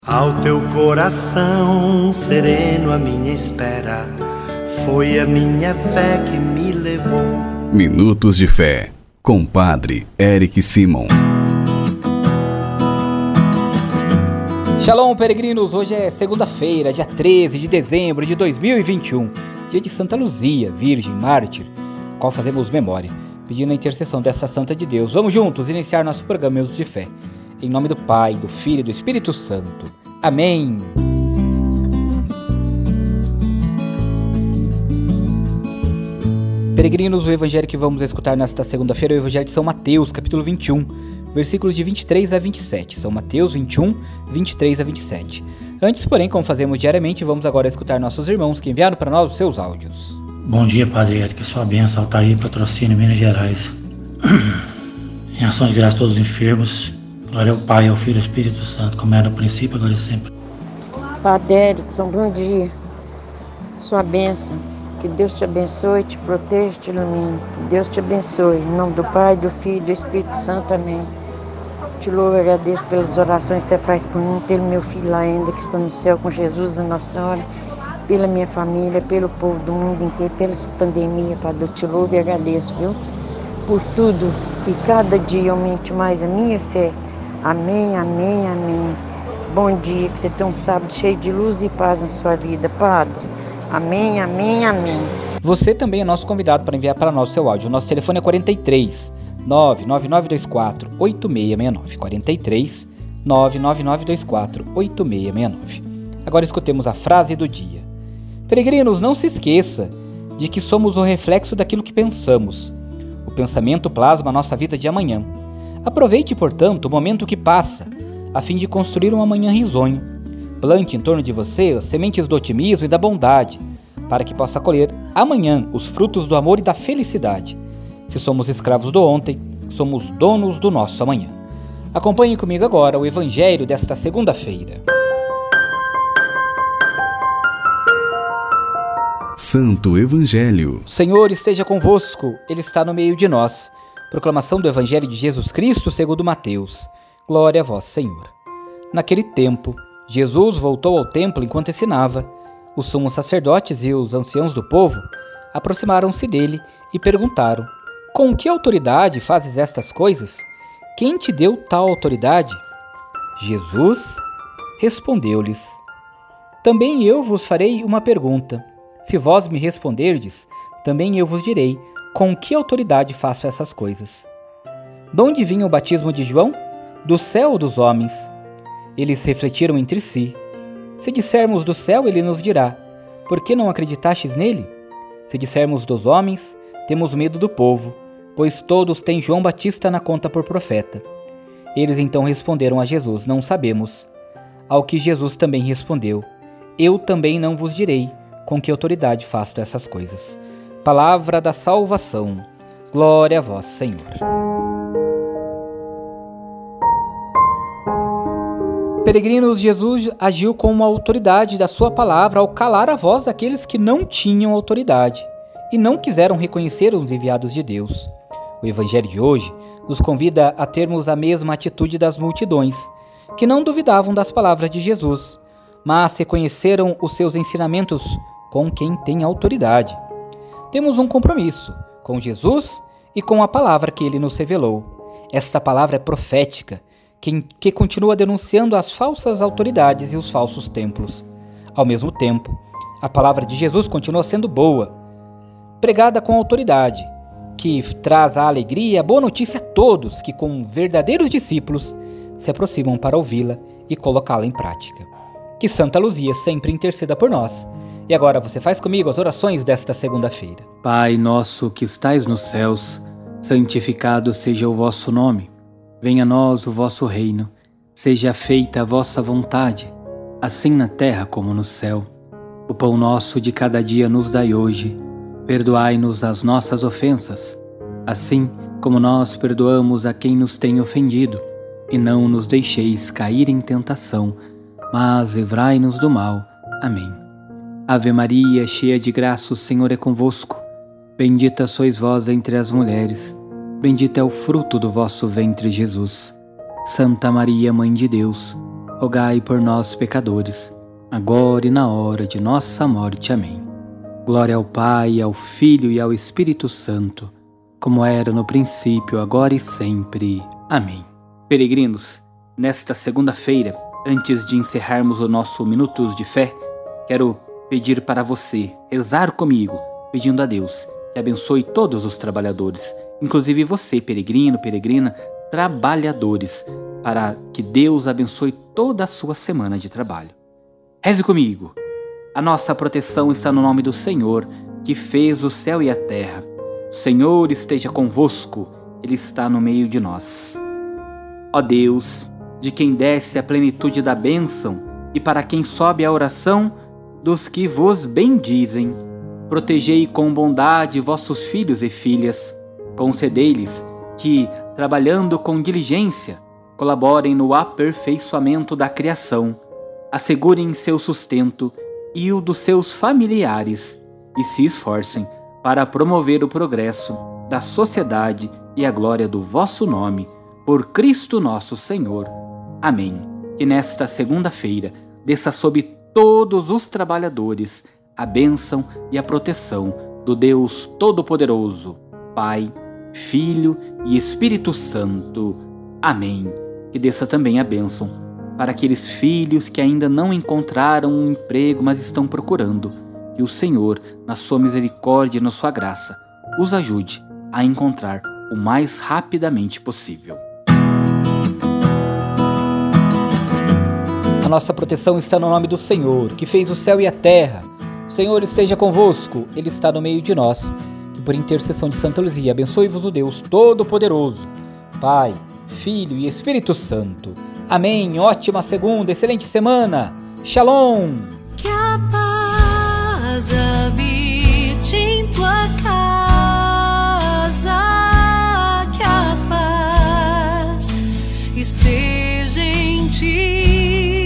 Ao teu coração sereno a minha espera, foi a minha fé que me levou. Minutos de Fé, com Padre Eric Simon. Shalom, peregrinos! Hoje é segunda-feira, dia 13 de dezembro de 2021, dia de Santa Luzia, Virgem Mártir, qual fazemos memória, pedindo a intercessão dessa Santa de Deus. Vamos juntos iniciar nosso programa Minutos de Fé. Em nome do Pai, do Filho e do Espírito Santo. Amém. Peregrinos, o evangelho que vamos escutar nesta segunda-feira é o evangelho de São Mateus, capítulo 21, versículos de 23 a 27. São Mateus 21, 23 a 27. Antes, porém, como fazemos diariamente, vamos agora escutar nossos irmãos que enviaram para nós os seus áudios. Bom dia, Padre Eric. Sua bênção, Altair, Patrocínio, Minas Gerais. Em ações de graça a todos os enfermos. Glória ao Pai, ao Filho e ao Espírito Santo, como era no princípio, agora e sempre. Padre Erickson, bom dia. Sua bênção. Que Deus te abençoe, te proteja, te ilumine. Que Deus te abençoe. Em nome do Pai, do Filho e do Espírito Santo. Amém. Te louvo e agradeço pelas orações que você faz por mim, pelo meu filho lá ainda que está no céu com Jesus, a Nossa Senhora, pela minha família, pelo povo do mundo inteiro, pela pandemia, Padre. Eu te louvo e agradeço, viu? Por tudo. E cada dia aumente mais a minha fé. Amém, amém, amém. Bom dia, que você tenha um sábado cheio de luz e paz na sua vida, Padre. Amém, amém, amém. Você também é nosso convidado para enviar para nós o seu áudio. O nosso telefone é 43 99924 8669. 43 99924 8669. Agora escutemos a frase do dia. Peregrinos, não se esqueça de que somos o reflexo daquilo que pensamos. O pensamento plasma a nossa vida de amanhã. Aproveite, portanto, o momento que passa, a fim de construir um amanhã risonho. Plante em torno de você as sementes do otimismo e da bondade, para que possa colher amanhã os frutos do amor e da felicidade. Se somos escravos do ontem, somos donos do nosso amanhã. Acompanhe comigo agora o Evangelho desta segunda-feira. Santo Evangelho. O Senhor esteja convosco, Ele está no meio de nós. Proclamação do Evangelho de Jesus Cristo segundo Mateus. Glória a vós, Senhor. Naquele tempo, Jesus voltou ao templo enquanto ensinava. Os sumos sacerdotes e os anciãos do povo aproximaram-se dele e perguntaram: com que autoridade fazes estas coisas? Quem te deu tal autoridade? Jesus respondeu-lhes: também eu vos farei uma pergunta. Se vós me responderdes, também eu vos direi com que autoridade faço essas coisas. De onde vinha o batismo de João? Do céu ou dos homens? Eles refletiram entre si. Se dissermos do céu, ele nos dirá: por que não acreditastes nele? Se dissermos dos homens, temos medo do povo, pois todos têm João Batista na conta por profeta. Eles então responderam a Jesus: não sabemos. Ao que Jesus também respondeu: eu também não vos direi com que autoridade faço essas coisas. Palavra da salvação. Glória a vós, Senhor. Peregrinos, Jesus agiu com uma autoridade da sua palavra ao calar a voz daqueles que não tinham autoridade e não quiseram reconhecer os enviados de Deus. O Evangelho de hoje nos convida a termos a mesma atitude das multidões, que não duvidavam das palavras de Jesus, mas reconheceram os seus ensinamentos com quem tem autoridade. Temos um compromisso com Jesus e com a palavra que ele nos revelou. Esta palavra é profética, que continua denunciando as falsas autoridades e os falsos templos. Ao mesmo tempo, a palavra de Jesus continua sendo boa, pregada com autoridade, que traz a alegria e a boa notícia a todos que, como verdadeiros discípulos, se aproximam para ouvi-la e colocá-la em prática. Que Santa Luzia sempre interceda por nós. E agora você faz comigo as orações desta segunda-feira. Pai nosso que estais nos céus, santificado seja o vosso nome. Venha a nós o vosso reino. Seja feita a vossa vontade, assim na terra como no céu. O pão nosso de cada dia nos dai hoje. Perdoai-nos as nossas ofensas, assim como nós perdoamos a quem nos tem ofendido. E não nos deixeis cair em tentação, mas livrai-nos do mal. Amém. Ave Maria, cheia de graça, o Senhor é convosco. Bendita sois vós entre as mulheres, bendito é o fruto do vosso ventre, Jesus. Santa Maria, Mãe de Deus, rogai por nós, pecadores, agora e na hora de nossa morte. Amém. Glória ao Pai, ao Filho e ao Espírito Santo, como era no princípio, agora e sempre. Amém. Peregrinos, nesta segunda-feira, antes de encerrarmos o nosso Minutos de Fé, quero pedir para você rezar comigo, pedindo a Deus que abençoe todos os trabalhadores, inclusive você, peregrino, peregrina, trabalhadores, para que Deus abençoe toda a sua semana de trabalho. Reze comigo. A nossa proteção está no nome do Senhor, que fez o céu e a terra. O Senhor esteja convosco, Ele está no meio de nós. Ó Deus, de quem desce a plenitude da bênção e para quem sobe a oração dos que vos bendizem, protegei com bondade vossos filhos e filhas. Concedei-lhes que, trabalhando com diligência, colaborem no aperfeiçoamento da criação, assegurem seu sustento e o dos seus familiares e se esforcem para promover o progresso da sociedade e a glória do vosso nome, por Cristo nosso Senhor. Amém. Que nesta segunda-feira desça sobre todos os trabalhadores a bênção e a proteção do Deus Todo-Poderoso, Pai, Filho e Espírito Santo. Amém. Que desça também a bênção para aqueles filhos que ainda não encontraram um emprego, mas estão procurando. Que o Senhor, na sua misericórdia e na sua graça, os ajude a encontrar o mais rapidamente possível. A nossa proteção está no nome do Senhor, que fez o céu e a terra. O Senhor esteja convosco, Ele está no meio de nós. Que por intercessão de Santa Luzia, abençoe-vos o Deus Todo-Poderoso, Pai, Filho e Espírito Santo. Amém. Ótima segunda, excelente semana. Shalom. Que a paz habite em tua casa, que a paz esteja em ti.